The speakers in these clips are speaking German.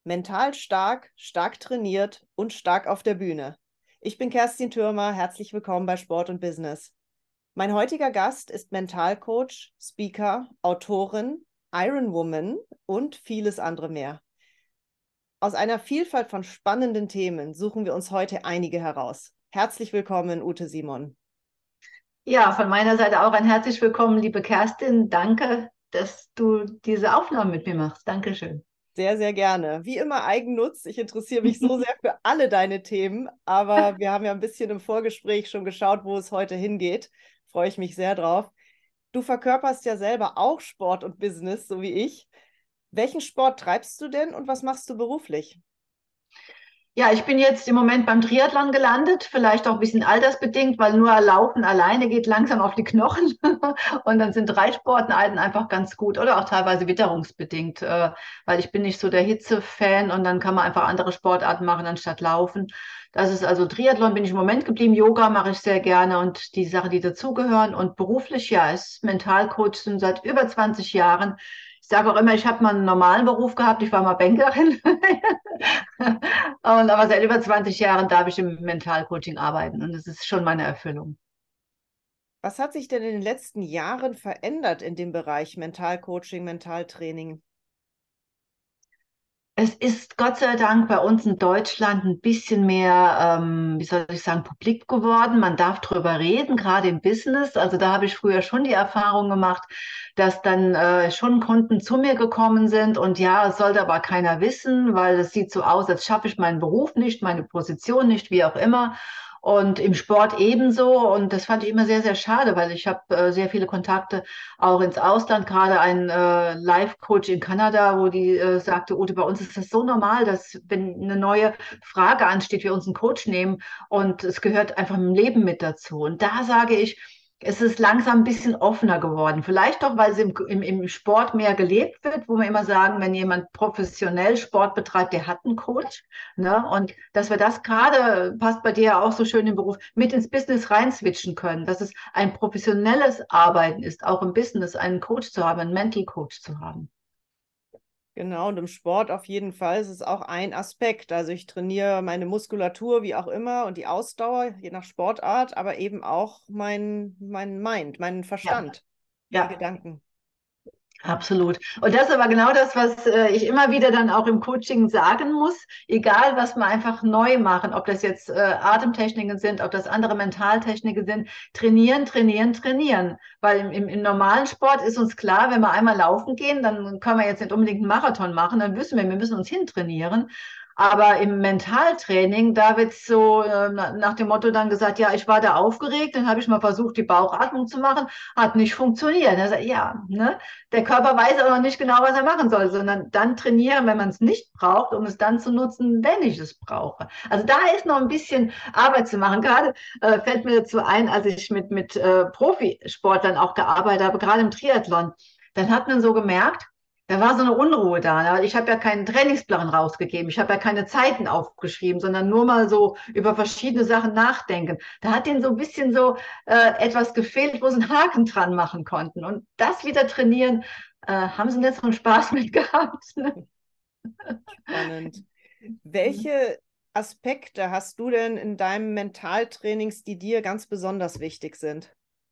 Mental stark, stark trainiert und stark auf der Bühne. Ich bin Kerstin Thürmer, herzlich willkommen bei Sport und Business. Mein heutiger Gast ist Mentalcoach, Speaker, Autorin, Ironwoman und vieles andere mehr. Aus einer Vielfalt von spannenden Themen suchen wir uns heute einige heraus. Herzlich willkommen, Ute Simon. Ja, von meiner Seite auch ein herzlich willkommen, liebe Kerstin. Danke, dass du diese Aufnahme mit mir machst. Dankeschön. Sehr, sehr gerne. Wie immer Eigennutz. Ich interessiere mich so sehr für alle deine Themen, aber wir haben ja ein bisschen im Vorgespräch schon geschaut, wo es heute hingeht. Freue ich mich sehr drauf. Du verkörperst ja selber auch Sport und Business, so wie ich. Welchen Sport treibst du denn und was machst du beruflich? Ja, ich bin jetzt im Moment beim Triathlon gelandet, vielleicht auch ein bisschen altersbedingt, weil nur Laufen alleine geht langsam auf die Knochen. Und dann sind Reitsportarten einfach ganz gut oder auch teilweise witterungsbedingt, weil ich bin nicht so der Hitze-Fan und dann kann man einfach andere Sportarten machen anstatt Laufen. Das ist also Triathlon bin ich im Moment geblieben, Yoga mache ich sehr gerne und die Sachen, die dazugehören. Und beruflich, ja, ist Mentalcoach schon seit über 20 Jahren. Ich sage auch immer, ich habe mal einen normalen Beruf gehabt, ich war mal Bankerin. Und aber seit über 20 Jahren darf ich im Mentalcoaching arbeiten und das ist schon meine Erfüllung. Was hat sich denn in den letzten Jahren verändert in dem Bereich Mentalcoaching, Mentaltraining? Es ist Gott sei Dank bei uns in Deutschland ein bisschen mehr, wie soll ich sagen, publik geworden. Man darf drüber reden, gerade im Business. Also da habe ich früher schon die Erfahrung gemacht, dass dann schon Kunden zu mir gekommen sind und ja, es sollte aber keiner wissen, weil es sieht so aus, als schaffe ich meinen Beruf nicht, meine Position nicht, wie auch immer. Und im Sport ebenso. Und das fand ich immer sehr, sehr schade, weil ich habe sehr viele Kontakte auch ins Ausland, gerade ein Life-Coach in Kanada, wo die sagte, Ute, bei uns ist das so normal, dass wenn eine neue Frage ansteht, wir uns einen Coach nehmen und es gehört einfach im Leben mit dazu. Und da sage ich, es ist langsam ein bisschen offener geworden. Vielleicht doch, weil es im Sport mehr gelebt wird, wo wir immer sagen, wenn jemand professionell Sport betreibt, der hat einen Coach. Ne? Und dass wir das gerade, passt bei dir ja auch so schön im Beruf, mit ins Business rein switchen können, dass es ein professionelles Arbeiten ist, auch im Business einen Coach zu haben, einen Mental Coach zu haben. Genau, und im Sport auf jeden Fall ist es auch ein Aspekt. Also ich trainiere meine Muskulatur, wie auch immer, und die Ausdauer, je nach Sportart, aber eben auch mein Mind, meinen Ja, Verstand, die ja. Gedanken. Absolut. Und das ist aber genau das, was ich immer wieder dann auch im Coaching sagen muss, egal was wir einfach neu machen, ob das jetzt Atemtechniken sind, ob das andere Mentaltechniken sind, trainieren, trainieren, trainieren. Weil im normalen Sport ist uns klar, wenn wir einmal laufen gehen, dann können wir jetzt nicht unbedingt einen Marathon machen, dann wissen wir müssen uns hintrainieren. Aber im Mentaltraining, da wird so nach dem Motto dann gesagt, ja, ich war da aufgeregt, dann habe ich mal versucht, die Bauchatmung zu machen, hat nicht funktioniert. Dann sag ich, ja, ne? Der Körper weiß aber noch nicht genau, was er machen soll, sondern dann trainieren, wenn man es nicht braucht, um es dann zu nutzen, wenn ich es brauche. Also da ist noch ein bisschen Arbeit zu machen. Gerade fällt mir dazu ein, als ich mit Profisportlern auch gearbeitet habe, gerade im Triathlon, dann hat man so gemerkt, da war so eine Unruhe da. Ich habe ja keinen Trainingsplan rausgegeben, ich habe ja keine Zeiten aufgeschrieben, sondern nur mal so über verschiedene Sachen nachdenken. Da hat denen so ein bisschen so etwas gefehlt, wo sie einen Haken dran machen konnten. Und das wieder trainieren, haben sie nicht so einen Spaß mit gehabt. Spannend. Welche Aspekte hast du denn in deinem Mentaltrainings, die dir ganz besonders wichtig sind?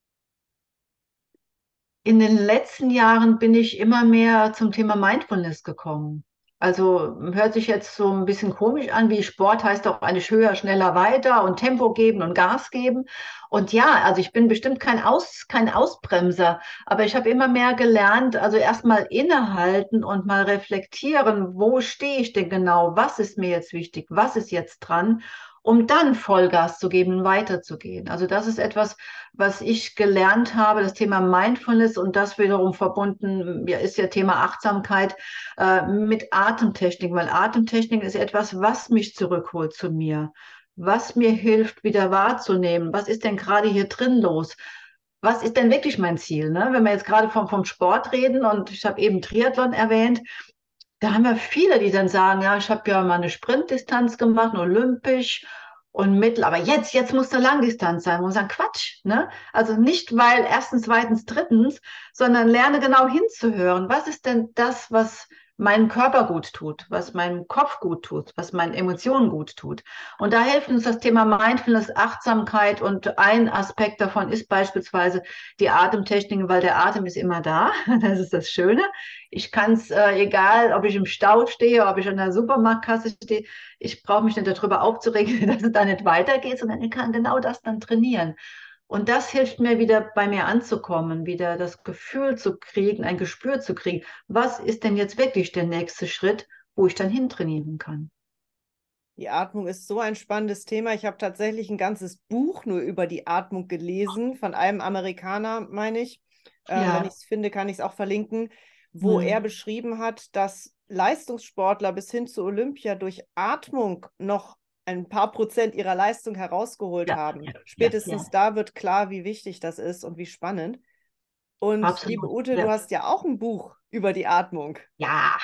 In den letzten Jahren bin ich immer mehr zum Thema Mindfulness gekommen. Also hört sich jetzt so ein bisschen komisch an, wie Sport heißt doch eigentlich höher, schneller, weiter und Tempo geben und Gas geben. Und ja, also ich bin bestimmt kein Ausbremser, aber ich habe immer mehr gelernt, also erstmal innehalten und mal reflektieren, wo stehe ich denn genau, was ist mir jetzt wichtig, was ist jetzt dran, um dann Vollgas zu geben und weiterzugehen. Also das ist etwas, was ich gelernt habe, das Thema Mindfulness und das wiederum verbunden, ja, ist ja Thema Achtsamkeit mit Atemtechnik, weil Atemtechnik ist etwas, was mich zurückholt zu mir, was mir hilft, wieder wahrzunehmen, was ist denn gerade hier drin los? Was ist denn wirklich mein Ziel? Ne? Wenn wir jetzt gerade vom Sport reden und ich habe eben Triathlon erwähnt, da haben wir viele, die dann sagen, ja, ich habe ja mal eine Sprintdistanz gemacht, olympisch und mittel, aber jetzt muss eine Langdistanz sein. Wo wir sagen, Quatsch, ne? Also nicht, weil erstens, zweitens, drittens, sondern lerne genau hinzuhören. Was ist denn das, was meinem Körper gut tut, was meinem Kopf gut tut, was meinen Emotionen gut tut. Und da hilft uns das Thema Mindfulness, Achtsamkeit, und ein Aspekt davon ist beispielsweise die Atemtechniken, weil der Atem ist immer da. Das ist das Schöne. Ich kann es, egal ob ich im Stau stehe, ob ich an der Supermarktkasse stehe, ich brauche mich nicht darüber aufzuregen, dass es da nicht weitergeht, sondern ich kann genau das dann trainieren. Und das hilft mir wieder bei mir anzukommen, wieder das Gefühl zu kriegen, ein Gespür zu kriegen. Was ist denn jetzt wirklich der nächste Schritt, wo ich dann hintrainieren kann? Die Atmung ist so ein spannendes Thema. Ich habe tatsächlich ein ganzes Buch nur über die Atmung gelesen, von einem Amerikaner, meine ich. Wenn ich Ja, es finde, kann ich es auch verlinken, wo er hm. beschrieben hat, dass Leistungssportler bis hin zu Olympia durch Atmung noch ein paar Prozent ihrer Leistung herausgeholt Ja, haben. ja, ja, Spätestens ja, da wird klar, wie wichtig das ist und wie spannend. Und liebe absolut. Ute, du Ja, hast ja auch ein Buch über die Atmung. ja.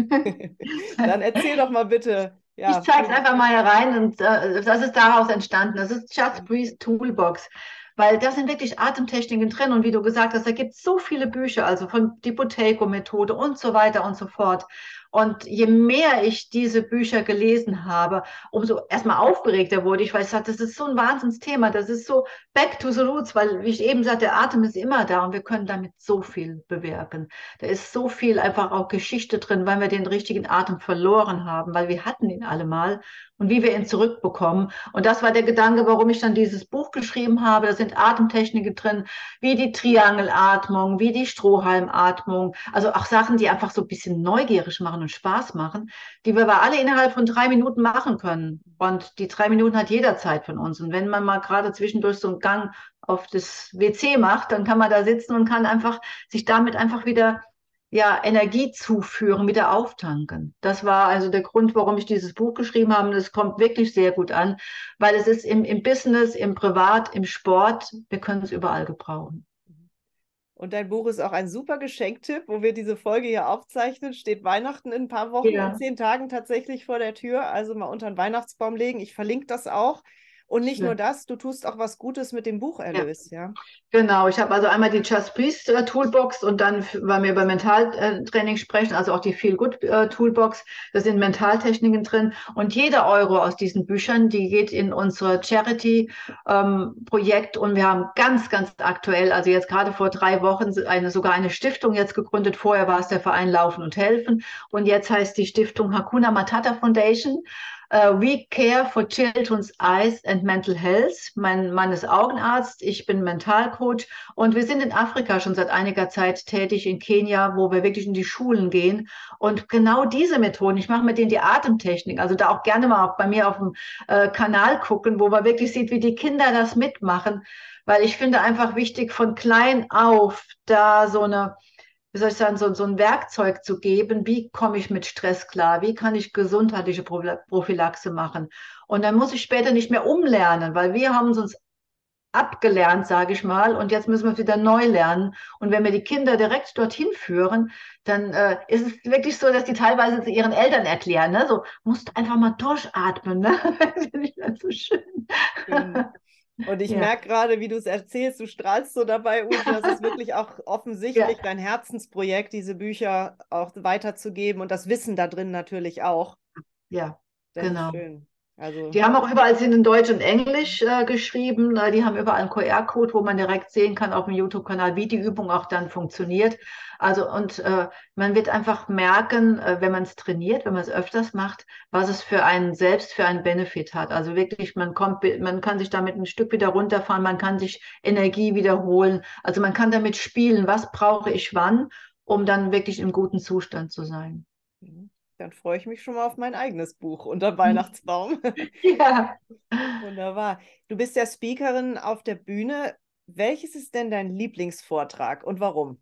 Dann erzähl doch mal bitte, Ich ja, zeige es einfach mal herein, und das ist daraus entstanden. Das ist Just Breathe Toolbox, weil da sind wirklich Atemtechniken drin, und wie du gesagt hast, da gibt es so viele Bücher, also von die Buteyko-Methode und so weiter und so fort. Und je mehr ich diese Bücher gelesen habe, umso erstmal aufgeregter wurde ich, weil ich sagte, das ist so ein Wahnsinnsthema, das ist so back to the roots, weil, wie ich eben sagte, der Atem ist immer da und wir können damit so viel bewirken. Da ist so viel einfach auch Geschichte drin, weil wir den richtigen Atem verloren haben, weil wir hatten ihn alle mal, und wie wir ihn zurückbekommen. Und das war der Gedanke, warum ich dann dieses Buch geschrieben habe. Da sind Atemtechniken drin, wie die Triangelatmung, wie die Strohhalmatmung. Also auch Sachen, die einfach so ein bisschen neugierig machen und Spaß machen, die wir aber alle innerhalb von 3 Minuten machen können. Und die 3 Minuten hat jeder Zeit von uns. Und wenn man mal gerade zwischendurch so einen Gang auf das WC macht, dann kann man da sitzen und kann einfach sich damit einfach wieder, ja, Energie zuführen, wieder auftanken. Das war also der Grund, warum ich dieses Buch geschrieben habe. Und es kommt wirklich sehr gut an, weil es ist im Business, im Privat, im Sport, wir können es überall gebrauchen. und dein Buch ist auch ein super Geschenktipp, wo wir diese Folge hier aufzeichnen. Steht Weihnachten in ein paar Wochen, in Ja, 10 Tagen tatsächlich vor der Tür. Also mal unter den Weihnachtsbaum legen. Ich verlinke das auch. Und nicht nur schön. das, du tust auch was Gutes mit dem Ja. Bucherlös, ja. Genau, ich habe also einmal die Just Breathe Toolbox, und dann, weil wir über Mentaltraining sprechen, also auch die Feel Good Toolbox, da sind Mentaltechniken drin, und jeder Euro aus diesen Büchern, die geht in unser Charity Projekt, und wir haben ganz, ganz aktuell, also jetzt gerade vor 3 Wochen, sogar eine Stiftung jetzt gegründet. Vorher war es der Verein Laufen und Helfen, und jetzt heißt die Stiftung Hakuna Matata Foundation. We Care for Children's Eyes and Mental Health. Mein Mann ist Augenarzt, ich bin Mentalcoach, und wir sind in Afrika schon seit einiger Zeit tätig, in Kenia, wo wir wirklich in die Schulen gehen. Und genau diese Methoden, ich mache mit denen die Atemtechnik, also da auch gerne mal auch bei mir auf dem Kanal gucken, wo man wirklich sieht, wie die Kinder das mitmachen, weil ich finde einfach wichtig, von klein auf da so eine, wie soll ich sagen, so ein Werkzeug zu geben, wie komme ich mit Stress klar, wie kann ich gesundheitliche Prophylaxe machen. Und dann muss ich später nicht mehr umlernen, weil wir haben es uns abgelernt, sage ich mal, und jetzt müssen wir es wieder neu lernen. Und wenn wir die Kinder direkt dorthin führen, dann ist es wirklich so, dass die teilweise zu ihren Eltern erklären, ne? So, musst einfach mal durchatmen, ne? Das finde ich dann so schön. Schön. Und ich Ja, merke gerade, wie du es erzählst, du strahlst so dabei, Ute, das ist wirklich auch ja, offensichtlich dein Herzensprojekt, diese Bücher auch weiterzugeben und das Wissen da drin natürlich auch. ja, Das ist genau. schön. Also, Die haben auch überall, sind in Deutsch und Englisch geschrieben. Die haben überall einen QR-Code, wo man direkt sehen kann auf dem YouTube-Kanal, wie die Übung auch dann funktioniert. Also, und man wird einfach merken, wenn man es trainiert, wenn man es öfters macht, was es für einen selbst für einen Benefit hat. Also wirklich, man kann sich damit ein Stück wieder runterfahren, man kann sich Energie wiederholen. Also man kann damit spielen, was brauche ich wann, um dann wirklich im guten Zustand zu sein. mhm. Dann freue ich mich schon mal auf mein eigenes Buch unter Weihnachtsbaum. Ja. Wunderbar. Du bist ja Speakerin auf der Bühne. Welches ist denn dein Lieblingsvortrag und warum?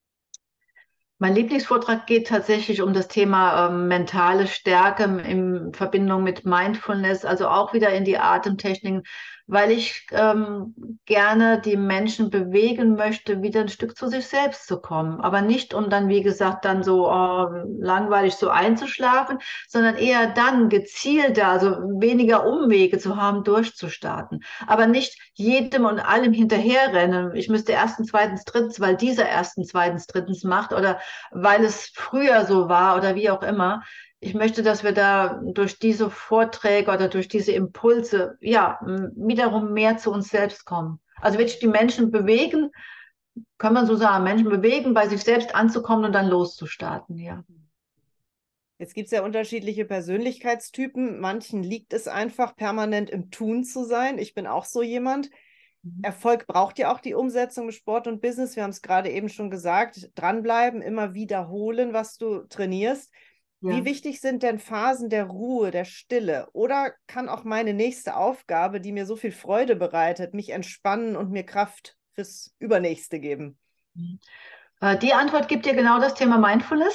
Mein Lieblingsvortrag geht tatsächlich um das Thema mentale Stärke in Verbindung mit Mindfulness, also auch wieder in die Atemtechniken, weil ich gerne die Menschen bewegen möchte, wieder ein Stück zu sich selbst zu kommen. Aber nicht, um dann, wie gesagt, dann so langweilig so einzuschlafen, sondern eher dann gezielter, also weniger Umwege zu haben, durchzustarten. Aber nicht jedem und allem hinterherrennen. Ich müsste erstens, zweitens, drittens, weil dieser erstens, zweitens, drittens macht oder weil es früher so war oder wie auch immer. Ich möchte, dass wir da durch diese Vorträge oder durch diese Impulse, ja, wiederum mehr zu uns selbst kommen. Also wirklich die Menschen bewegen, kann man so sagen, Menschen bewegen, bei sich selbst anzukommen und dann loszustarten, ja. Jetzt gibt es ja unterschiedliche Persönlichkeitstypen. Manchen liegt es einfach, permanent im Tun zu sein. Ich bin auch so jemand. Erfolg braucht ja auch die Umsetzung mit Sport und Business. Wir haben es gerade eben schon gesagt. Dranbleiben, immer wiederholen, was du trainierst. Wie Ja. wichtig sind denn Phasen der Ruhe, der Stille? Oder kann auch meine nächste Aufgabe, die mir so viel Freude bereitet, mich entspannen und mir Kraft fürs Übernächste geben? Die Antwort gibt dir genau das Thema Mindfulness.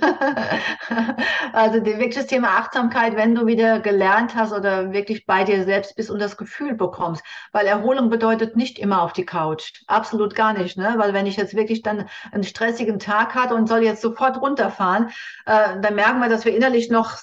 Also wirklich das Thema Achtsamkeit, wenn du wieder gelernt hast oder wirklich bei dir selbst bist und das Gefühl bekommst. Weil Erholung bedeutet nicht immer auf die Couch. Absolut gar nicht, ne? Weil wenn ich jetzt wirklich dann einen stressigen Tag hatte und soll jetzt sofort runterfahren, dann merken wir, dass wir innerlich noch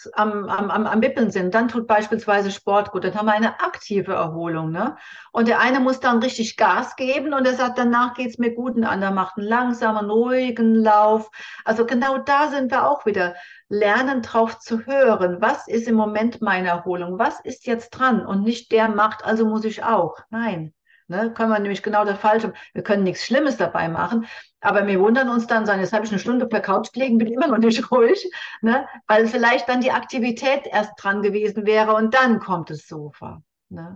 am Wippeln sind. Dann tut beispielsweise Sport gut. Dann haben wir eine aktive Erholung, ne? Und der eine muss dann richtig Gas geben und er sagt, danach geht's mir gut. Ein anderer macht einen langsamen, ruhigen Lauf. Also genau da sind wir auch wieder. Lernen drauf zu hören. Was ist im Moment meine Erholung? Was ist jetzt dran? Und nicht der macht, also muss ich auch. Nein. Ne, können wir nämlich genau das Falsche. Wir können nichts Schlimmes dabei machen, aber wir wundern uns dann, sagen, jetzt habe ich eine Stunde auf der Couch gelegen, bin immer noch nicht ruhig, ne, weil vielleicht dann die Aktivität erst dran gewesen wäre und dann kommt das Sofa. Ne?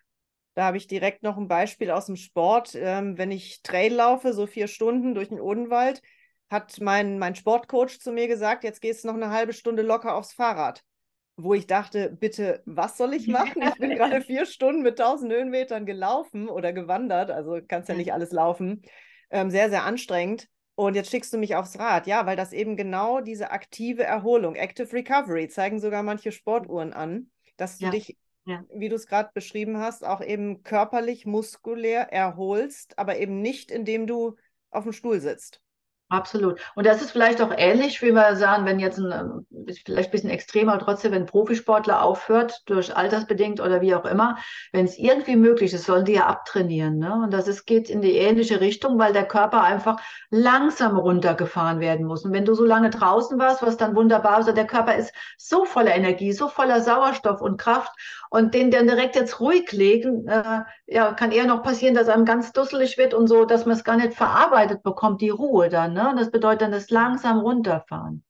Da habe ich direkt noch ein Beispiel aus dem Sport. Wenn ich Trail laufe, so 4 Stunden durch den Odenwald, hat mein Sportcoach zu mir gesagt, jetzt gehst du noch eine halbe Stunde locker aufs Fahrrad. Wo ich dachte, bitte, was soll ich machen? Ich bin gerade 4 Stunden mit 1.000 Höhenmetern gelaufen oder gewandert, also kannst ja nicht alles laufen. Sehr, sehr anstrengend. Und jetzt schickst du mich aufs Rad. Ja, weil das eben genau diese aktive Erholung, Active Recovery, zeigen sogar manche Sportuhren an, dass du Ja, dich, ja. wie du es gerade beschrieben hast, auch eben körperlich, muskulär erholst, aber eben nicht, indem du auf dem Stuhl sitzt. Absolut. Und das ist vielleicht auch ähnlich, wie wir sagen, wenn jetzt ist vielleicht ein bisschen extremer, aber trotzdem, wenn ein Profisportler aufhört, durch altersbedingt oder wie auch immer, wenn es irgendwie möglich ist, sollen die ja abtrainieren. Ne? Und geht in die ähnliche Richtung, weil der Körper einfach langsam runtergefahren werden muss. Und wenn du so lange draußen warst, was dann wunderbar ist, also der Körper ist so voller Energie, so voller Sauerstoff und Kraft und den dann direkt jetzt ruhig legen, ja, kann eher noch passieren, dass einem ganz dusselig wird und so, dass man es gar nicht verarbeitet bekommt, die Ruhe dann. Ne? Das bedeutet dann das langsam runterfahren.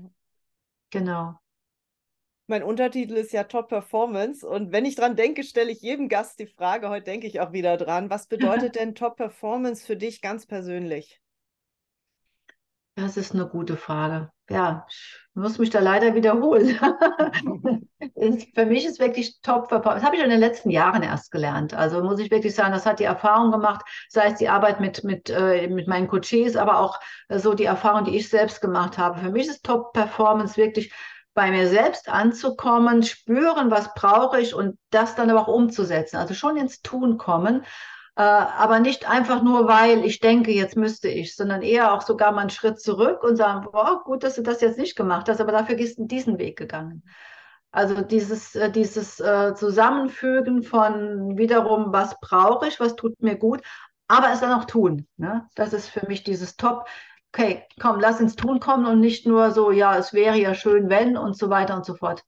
Genau. Mein Untertitel ist ja Top Performance und wenn ich dran denke, stelle ich jedem Gast die Frage, heute denke ich auch wieder dran, was bedeutet denn Top Performance für dich ganz persönlich? Das ist eine gute Frage. Ja, ich muss mich da leider wiederholen. Für mich ist wirklich top verpackt. Das habe ich in den letzten Jahren erst gelernt. Also muss ich wirklich sagen, das hat die Erfahrung gemacht, sei es die Arbeit mit meinen Coaches, aber auch so die Erfahrung, die ich selbst gemacht habe. Für mich ist Top Performance wirklich bei mir selbst anzukommen, spüren, was brauche ich und das dann aber auch umzusetzen. Also schon ins Tun kommen, aber nicht einfach nur, weil ich denke, jetzt müsste ich, sondern eher auch sogar mal einen Schritt zurück und sagen, boah, gut, dass du das jetzt nicht gemacht hast, aber dafür bist du diesen Weg gegangen. Also dieses Zusammenfügen von wiederum, was brauche ich, was tut mir gut, aber es dann auch tun. Ne? Das ist für mich dieses Top. Okay, komm, lass ins Tun kommen und nicht nur so, ja, es wäre ja schön, wenn und so weiter und so fort.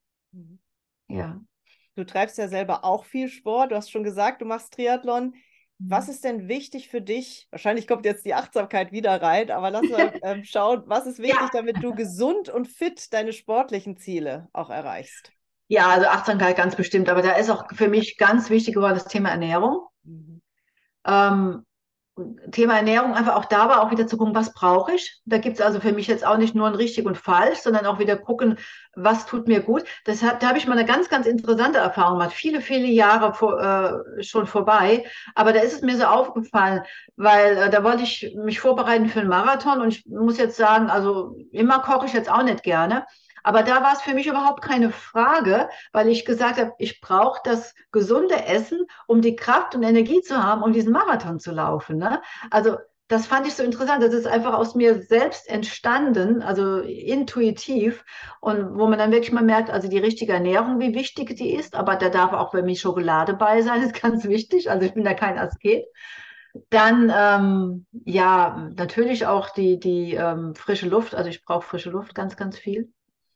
Ja. Du treibst ja selber auch viel Sport. Du hast schon gesagt, du machst Triathlon. Was ist denn wichtig für dich? Wahrscheinlich kommt jetzt die Achtsamkeit wieder rein, aber lass mal schauen, was ist wichtig, Ja, damit du gesund und fit deine sportlichen Ziele auch erreichst? ja, also Achtsamkeit ganz bestimmt, aber da ist auch für mich ganz wichtig geworden das Thema Ernährung. Mhm. Ähm, Thema Ernährung, einfach auch da war auch wieder zu gucken, was brauche ich. Da gibt es also für mich jetzt auch nicht nur ein richtig und falsch, sondern auch wieder gucken, was tut mir gut. Da habe ich mal eine ganz, ganz interessante Erfahrung gemacht. Viele, viele Jahre schon vorbei. Aber da ist es mir so aufgefallen, weil da wollte ich mich vorbereiten für einen Marathon und ich muss jetzt sagen, also immer koche ich jetzt auch nicht gerne. Aber da war es für mich überhaupt keine Frage, weil ich gesagt habe, ich brauche das gesunde Essen, um die Kraft und Energie zu haben, um diesen Marathon zu laufen. Ne? Also das fand ich so interessant. Das ist einfach aus mir selbst entstanden, also intuitiv. Und wo man dann wirklich mal merkt, also die richtige Ernährung, wie wichtig die ist. Aber da darf auch bei mir Schokolade bei sein, ist ganz wichtig. Also ich bin da kein Asket. Dann, ja, natürlich auch die frische Luft. Also ich brauche frische Luft ganz, ganz viel.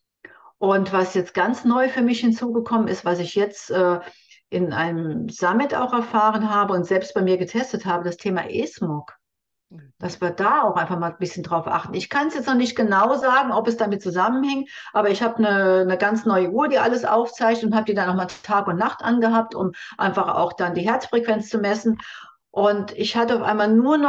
Und was jetzt ganz neu für mich hinzugekommen ist, was ich jetzt in einem Summit auch erfahren habe und selbst bei mir getestet habe, das Thema E-Smog. Mhm. Dass wir da auch einfach mal ein bisschen drauf achten. Ich kann es jetzt noch nicht genau sagen, ob es damit zusammenhängt, aber ich habe eine ganz neue Uhr, die alles aufzeichnet und habe die dann auch mal Tag und Nacht angehabt, um einfach auch dann die Herzfrequenz zu messen. Und ich hatte auf einmal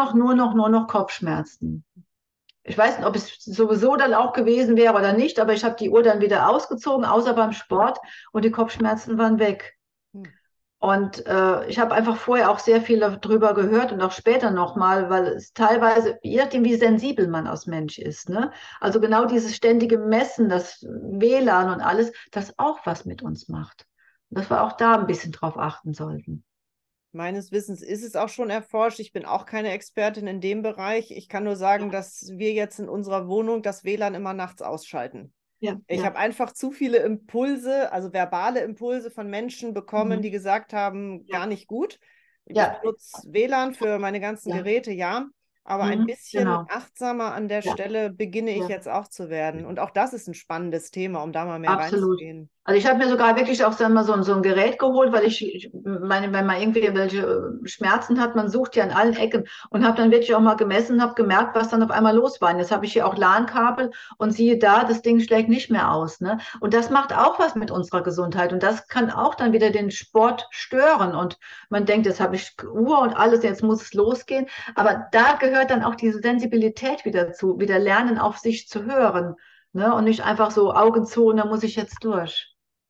nur noch Kopfschmerzen. Ich weiß nicht, ob es sowieso dann auch gewesen wäre oder nicht, aber ich habe die Uhr dann wieder ausgezogen, außer beim Sport, und die Kopfschmerzen waren weg. Hm. Und ich habe einfach vorher auch sehr viel darüber gehört und auch später nochmal, weil es teilweise, je nachdem, wie sensibel man als Mensch ist, ne? Also genau dieses ständige Messen, das WLAN und alles, das auch was mit uns macht. Und dass wir auch da ein bisschen drauf achten sollten. Meines Wissens ist es auch schon erforscht. Ich bin auch keine Expertin in dem Bereich. Ich kann nur sagen, dass wir jetzt in unserer Wohnung das WLAN immer nachts ausschalten. Ja, Ich ja. habe einfach zu viele Impulse, also verbale Impulse von Menschen bekommen, die Mhm. gesagt haben, Ja, gar nicht gut. Ich ja, benutze WLAN für meine ganzen ja. Geräte, ja, aber ein Mhm. bisschen Genau. achtsamer an der Ja, Stelle beginne ich ja. jetzt auch zu werden. Und auch das ist ein spannendes Thema, um da mal mehr Absolut. reinzugehen. Also ich habe mir sogar wirklich auch sagen wir, mal, so ein Gerät geholt, weil ich meine, wenn man irgendwie welche Schmerzen hat, man sucht ja an allen Ecken und habe dann wirklich auch mal gemessen, habe gemerkt, was dann auf einmal los war. Und jetzt habe ich hier auch LAN-Kabel und siehe da, das Ding schlägt nicht mehr aus. Ne? Und das macht auch was mit unserer Gesundheit und das kann auch dann wieder den Sport stören. Und man denkt, jetzt habe ich Uhr und alles, jetzt muss es losgehen. Aber da gehört dann auch diese Sensibilität wieder zu, wieder lernen, auf sich zu hören. Ne? Und nicht einfach so Augen zu und da muss ich jetzt durch.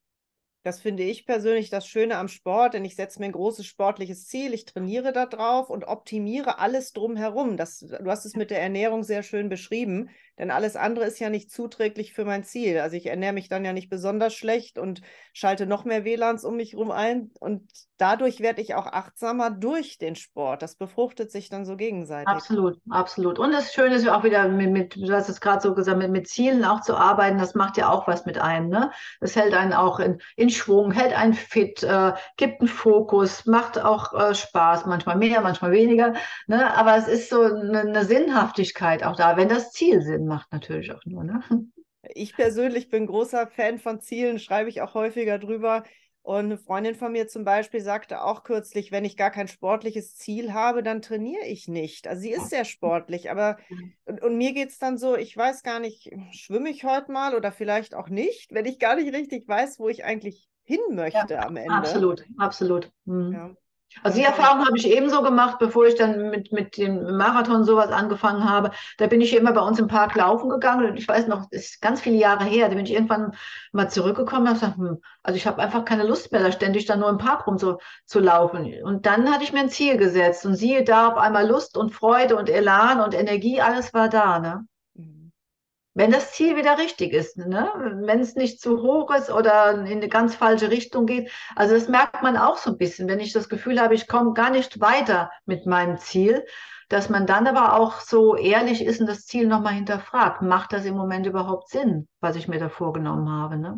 Das finde ich persönlich das Schöne am Sport, denn ich setze mir ein großes sportliches Ziel, ich trainiere da drauf und optimiere alles drumherum. Du hast es mit der Ernährung sehr schön beschrieben, denn alles andere ist ja nicht zuträglich für mein Ziel. Also ich ernähre mich dann ja nicht besonders schlecht und schalte noch mehr WLANs um mich herum ein und dadurch werde ich auch achtsamer durch den Sport. Das befruchtet sich dann so gegenseitig. Absolut, absolut. Und das Schöne ist ja auch wieder du hast es gerade so gesagt, mit Zielen auch zu arbeiten, das macht ja auch was mit einem, ne? Das hält einen auch in Schwung, hält einen fit, gibt einen Fokus, macht auch Spaß, manchmal mehr, manchmal weniger, ne? Aber es ist so eine Sinnhaftigkeit auch da, wenn das Ziel Sinn macht natürlich auch nur, ne? Ich persönlich bin großer Fan von Zielen, schreibe ich auch häufiger drüber. Und eine Freundin von mir zum Beispiel sagte auch kürzlich, wenn ich gar kein sportliches Ziel habe, dann trainiere ich nicht. Also sie ist sehr sportlich, aber und mir geht es dann so, ich weiß gar nicht, schwimme ich heute mal oder vielleicht auch nicht, wenn ich gar nicht richtig weiß, wo ich eigentlich hin Ja, möchte am Ende. absolut, absolut. Mhm. Ja. Also Und die Erfahrung habe ich ebenso gemacht, bevor ich dann mit dem Marathon sowas angefangen habe. Da bin ich immer bei uns im Park laufen gegangen und ich weiß noch, das ist ganz viele Jahre her, da bin ich irgendwann mal zurückgekommen und habe gesagt, also ich habe einfach keine Lust mehr, da ständig dann nur im Park rum zu laufen. Und dann hatte ich mir ein Ziel gesetzt und siehe da, auf einmal Lust und Freude und Elan und Energie, alles war da, ne? mhm. Wenn das Ziel wieder richtig ist, ne? Wenn es nicht zu hoch ist oder in eine ganz falsche Richtung geht. Also das merkt man auch so ein bisschen, wenn ich das Gefühl habe, ich komme gar nicht weiter mit meinem Ziel, dass man dann aber auch so ehrlich ist und das Ziel nochmal hinterfragt. Macht das im Moment überhaupt Sinn, was ich mir da vorgenommen habe, ne?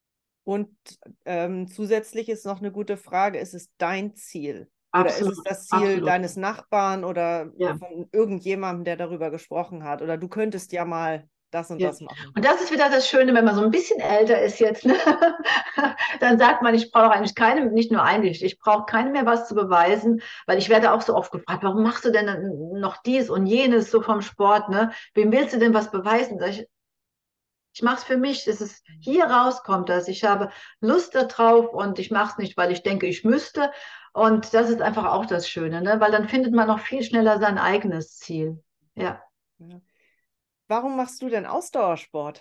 Und zusätzlich ist noch eine gute Frage, ist es dein Ziel? Oder ist es Absolut, das Ziel absolut. deines Nachbarn oder Ja. von irgendjemandem, der darüber gesprochen hat? Oder du könntest ja mal das und Ja. das machen. Und das ist wieder das Schöne, wenn man so ein bisschen älter ist jetzt, ne? Dann sagt man, ich brauche eigentlich keine, nicht nur eigentlich, ich brauche keinem mehr was zu beweisen, weil ich werde auch so oft gefragt, warum machst du denn noch dies und jenes so vom Sport, ne? Wem willst du denn was beweisen? Sag ich mache es für mich, es ist, hier rauskommt das, ich habe Lust darauf und ich mache es nicht, weil ich denke, ich müsste. Und das ist einfach auch das Schöne, ne? Weil dann findet man noch viel schneller sein eigenes Ziel. Ja. Ja. Warum machst du denn Ausdauersport?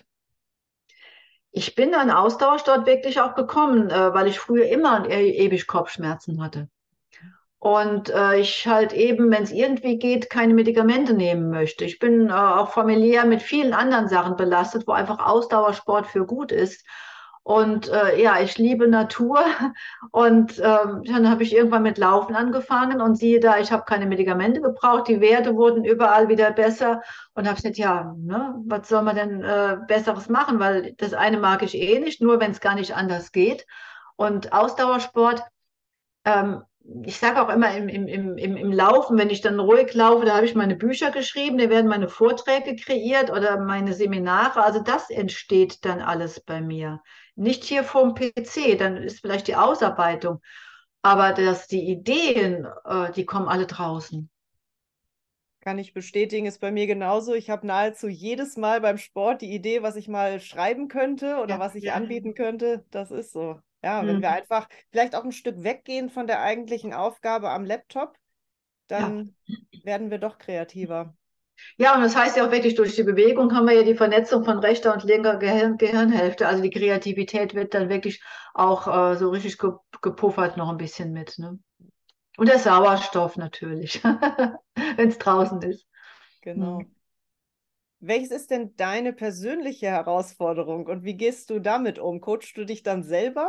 Ich bin an Ausdauersport wirklich auch gekommen, weil ich früher immer und ewig Kopfschmerzen hatte. und ich halt eben, wenn es irgendwie geht, keine Medikamente nehmen möchte. Ich bin auch familiär mit vielen anderen Sachen belastet, wo einfach Ausdauersport für gut ist. Und ja, ich liebe Natur und dann habe ich irgendwann mit Laufen angefangen und siehe da, ich habe keine Medikamente gebraucht, die Werte wurden überall wieder besser und habe gesagt, ja, ne, was soll man denn Besseres machen, weil das eine mag ich eh nicht, nur wenn es gar nicht anders geht. Und Ausdauersport, ähm, ich sage auch immer im Laufen, wenn ich dann ruhig laufe, da habe ich meine Bücher geschrieben, da werden meine Vorträge kreiert oder meine Seminare. Also das entsteht dann alles bei mir. Nicht hier vorm PC, dann ist vielleicht die Ausarbeitung, aber die Ideen, die kommen alle draußen. Kann ich bestätigen, ist bei mir genauso. Ich habe nahezu jedes Mal beim Sport die Idee, was ich mal schreiben könnte oder Ja, was ich ja. anbieten könnte. Das ist so. Ja, wenn wir Hm. einfach vielleicht auch ein Stück weggehen von der eigentlichen Aufgabe am Laptop, Ja. dann werden wir doch kreativer. Ja, und das heißt ja auch wirklich, durch die Bewegung haben wir ja die Vernetzung von rechter und linker Gehirnhälfte. Also die Kreativität wird dann wirklich auch so richtig gepuffert noch ein bisschen mit. Ne? Und der Sauerstoff natürlich, wenn es draußen ist. Genau. Hm. Welches ist denn deine persönliche Herausforderung und wie gehst du damit um? Coachst du dich dann selber?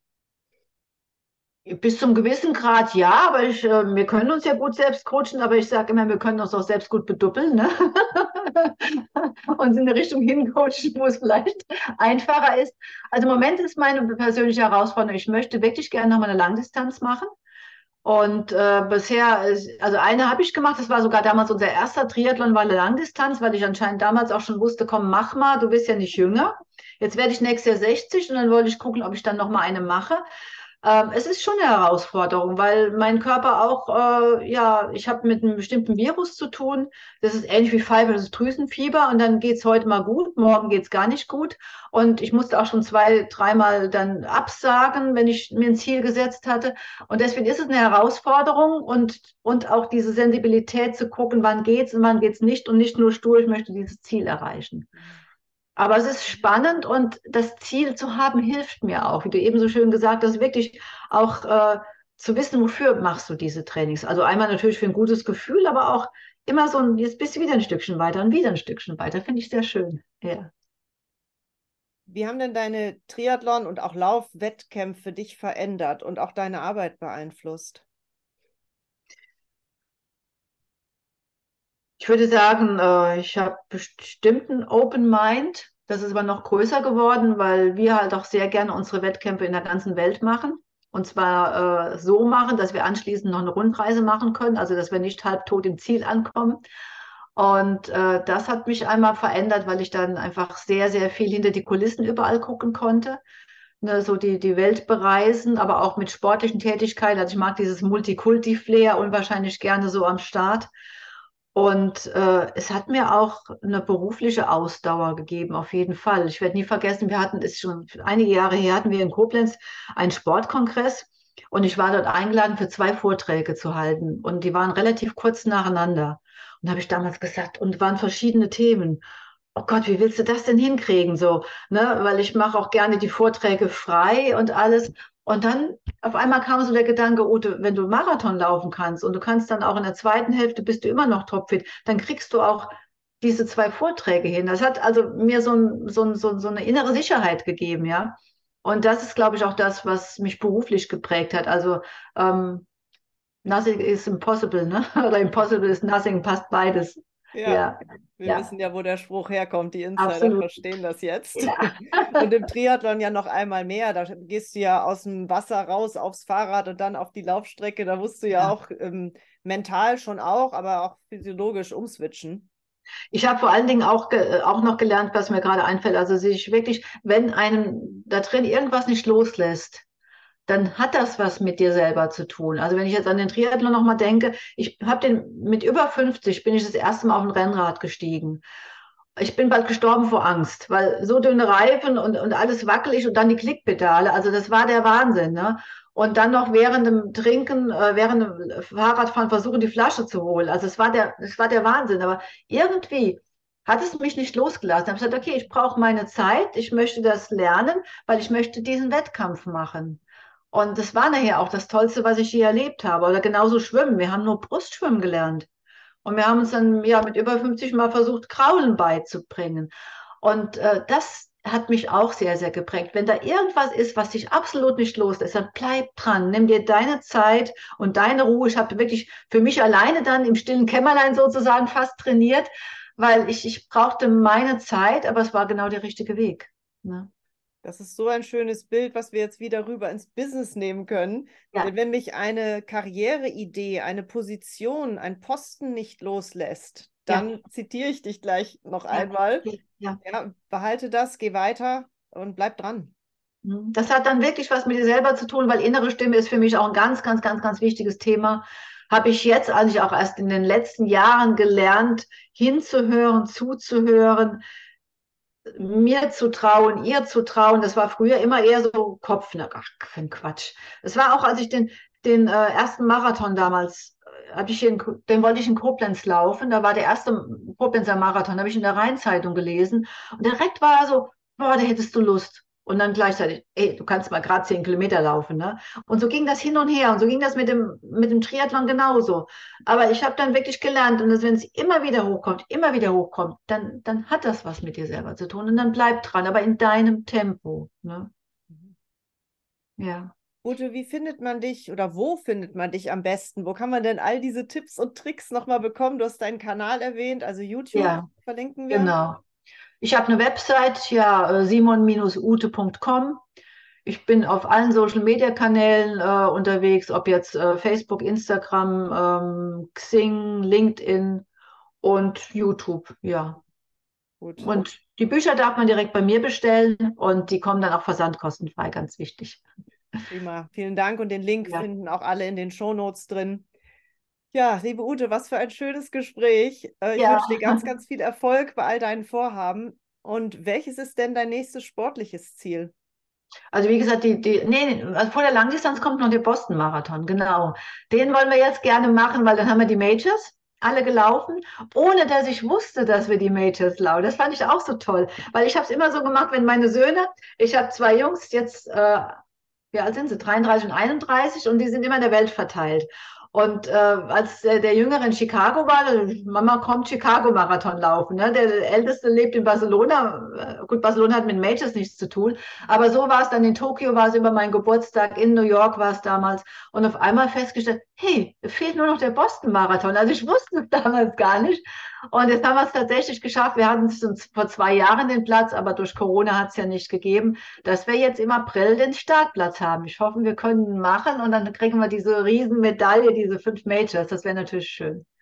Bis zum gewissen Grad ja, aber wir können uns ja gut selbst coachen, aber ich sage immer, wir können uns auch selbst gut beduppeln, ne? Und in eine Richtung hincoachen, wo es vielleicht einfacher ist. Also im Moment ist meine persönliche Herausforderung, ich möchte wirklich gerne nochmal eine Langdistanz machen. Und bisher, also eine habe ich gemacht, das war sogar damals unser erster Triathlon, war eine Langdistanz, weil ich anscheinend damals auch schon wusste, komm, mach mal, du bist ja nicht jünger. Jetzt werde ich nächstes Jahr 60 und dann wollte ich gucken, ob ich dann nochmal eine mache. Es ist schon eine Herausforderung, weil mein Körper auch, ja, ich habe mit einem bestimmten Virus zu tun. Das ist ähnlich wie Fieber, das ist Drüsenfieber und dann geht es heute mal gut, morgen geht es gar nicht gut. Und ich musste auch schon zwei, dreimal dann absagen, wenn ich mir ein Ziel gesetzt hatte. Und deswegen ist es eine Herausforderung und auch diese Sensibilität zu gucken, wann geht's und wann geht's nicht und nicht nur stur, ich möchte dieses Ziel erreichen. Aber es ist spannend und das Ziel zu haben, hilft mir auch, wie du eben so schön gesagt hast, wirklich auch zu wissen, wofür machst du diese Trainings. Also einmal natürlich für ein gutes Gefühl, aber auch immer so ein, jetzt bist du wieder ein Stückchen weiter und wieder ein Stückchen weiter. Finde ich sehr schön. Ja. Wie haben denn deine Triathlon- und auch Laufwettkämpfe dich verändert und auch deine Arbeit beeinflusst? Ich würde sagen, ich habe bestimmt einen Open Mind. Das ist aber noch größer geworden, weil wir halt auch sehr gerne unsere Wettkämpfe in der ganzen Welt machen. Und zwar so machen, dass wir anschließend noch eine Rundreise machen können, also dass wir nicht halbtot im Ziel ankommen. Und das hat mich einmal verändert, weil ich dann einfach sehr, sehr viel hinter die Kulissen überall gucken konnte. Ne, so die Welt bereisen, aber auch mit sportlichen Tätigkeiten. Also ich mag dieses Multikulti-Flair unwahrscheinlich gerne so am Start. Und es hat mir auch eine berufliche Ausdauer gegeben, auf jeden Fall. Ich werde nie vergessen, wir hatten, ist schon einige Jahre her, hatten wir in Koblenz einen Sportkongress und ich war dort eingeladen, für zwei Vorträge zu halten. Und die waren relativ kurz nacheinander. Und da habe ich damals gesagt, und waren verschiedene Themen. Oh Gott, wie willst du das denn hinkriegen? So, ne? Weil ich mache auch gerne die Vorträge frei und alles. Und dann auf einmal kam so der Gedanke, Ute, wenn du Marathon laufen kannst und du kannst dann auch in der zweiten Hälfte bist du immer noch topfit, dann kriegst du auch diese zwei Vorträge hin. Das hat also mir so eine innere Sicherheit gegeben, ja. Und das ist, glaube ich, auch das, was mich beruflich geprägt hat. Also nothing is impossible, ne? Oder impossible is nothing, passt beides. Ja, Ja, wir ja, wissen ja, wo der Spruch herkommt. Die Insider absolut. verstehen das jetzt. Ja. Und im Triathlon ja noch einmal mehr. Da gehst du ja aus dem Wasser raus aufs Fahrrad und dann auf die Laufstrecke. Da musst du ja Ja. auch mental schon auch, aber auch physiologisch umswitchen. Ich habe vor allen Dingen auch noch gelernt, was mir gerade einfällt. Also sich wirklich, wenn einem da drin irgendwas nicht loslässt, dann hat das was mit dir selber zu tun. Also wenn ich jetzt an den Triathlon nochmal denke, ich habe den mit über 50 bin ich das erste Mal auf ein Rennrad gestiegen. Ich bin bald gestorben vor Angst, weil so dünne Reifen und alles wackelig und dann die Klickpedale. Also das war der Wahnsinn, ne? Und dann noch während dem Trinken, während dem Fahrradfahren versuchen, die Flasche zu holen. Also es war der Wahnsinn. Aber irgendwie hat es mich nicht losgelassen. Ich habe gesagt, okay, ich brauche meine Zeit, ich möchte das lernen, weil ich möchte diesen Wettkampf machen. Und das war nachher auch das Tollste, was ich je erlebt habe. Oder genauso Schwimmen. Wir haben nur Brustschwimmen gelernt. Und wir haben uns dann ja mit über 50 Mal versucht, Kraulen beizubringen. Und das hat mich auch sehr, sehr geprägt. Wenn da irgendwas ist, was dich absolut nicht loslässt, dann bleib dran. Nimm dir deine Zeit und deine Ruhe. Ich habe wirklich für mich alleine dann im stillen Kämmerlein sozusagen fast trainiert, weil ich brauchte meine Zeit, aber es war genau der richtige Weg. Ne? Das ist so ein schönes Bild, was wir jetzt wieder rüber ins Business nehmen können. Ja, Denn wenn mich eine Karriereidee, eine Position, ein Posten nicht loslässt, ja, dann zitiere ich dich gleich noch ja, einmal. ja. Ja, behalte das, geh weiter und bleib dran. Das hat dann wirklich was mit dir selber zu tun, weil innere Stimme ist für mich auch ein ganz, ganz, ganz, ganz wichtiges Thema. Habe ich jetzt eigentlich auch erst in den letzten Jahren gelernt, hinzuhören, zuzuhören, mir zu trauen, ihr zu trauen. Das war früher immer eher so Kopf, ne? Ach, für ein Quatsch. Es war auch, als ich den ersten Marathon damals, den wollte ich in Koblenz laufen. Da war der erste Koblenzer Marathon, da habe ich in der Rheinzeitung gelesen. Und direkt war so, boah, da hättest du Lust. Und dann gleichzeitig, ey, du kannst mal gerade 10 Kilometer laufen, ne? Und so ging das hin und her. Und so ging das mit dem Triathlon genauso. Aber ich habe dann wirklich gelernt, und wenn es immer wieder hochkommt, dann hat das was mit dir selber zu tun. Und dann bleib dran, aber in deinem Tempo. Ne? Ja. Ute, wie findet man dich oder wo findet man dich am besten? Wo kann man denn all diese Tipps und Tricks nochmal bekommen? Du hast deinen Kanal erwähnt, also YouTube Ja, verlinken wir. genau. Ich habe eine Website, ja, simon-ute.com. Ich bin auf allen Social-Media-Kanälen unterwegs, ob jetzt Facebook, Instagram, Xing, LinkedIn und YouTube, ja. Gut, Und die Bücher darf man direkt bei mir bestellen und die kommen dann auch versandkostenfrei, ganz wichtig. prima. Vielen Dank und den Link Ja, finden auch alle in den Shownotes drin. Ja, liebe Ute, was für ein schönes Gespräch. Ich ja. wünsche dir ganz, ganz viel Erfolg bei all deinen Vorhaben. Und welches ist denn dein nächstes sportliches Ziel? Also wie gesagt, nee, also vor der Langdistanz kommt noch der Boston-Marathon, genau. Den wollen wir jetzt gerne machen, weil dann haben wir die Majors alle gelaufen, ohne dass ich wusste, dass wir die Majors laufen. Das fand ich auch so toll, weil ich habe es immer so gemacht, wenn meine Söhne, ich habe zwei Jungs, jetzt, wie alt sind sie? 33 und 31 und die sind immer in der Welt verteilt. Und als der Jüngere in Chicago war, Mama kommt Chicago-Marathon laufen. Ne? Der Älteste lebt in Barcelona. Gut, Barcelona hat mit Majors nichts zu tun. Aber so war es dann in Tokio, war es über meinen Geburtstag, in New York war es damals. Und auf einmal festgestellt, hey, fehlt nur noch der Boston-Marathon. Also ich wusste es damals gar nicht. Und jetzt haben wir es tatsächlich geschafft. Wir hatten es uns vor 2 Jahren den Platz, aber durch Corona hat es ja nicht gegeben, dass wir jetzt im April den Startplatz haben. Ich hoffe, wir können ihn machen und dann kriegen wir diese Riesenmedaille, diese 5 Majors. Das wäre natürlich schön.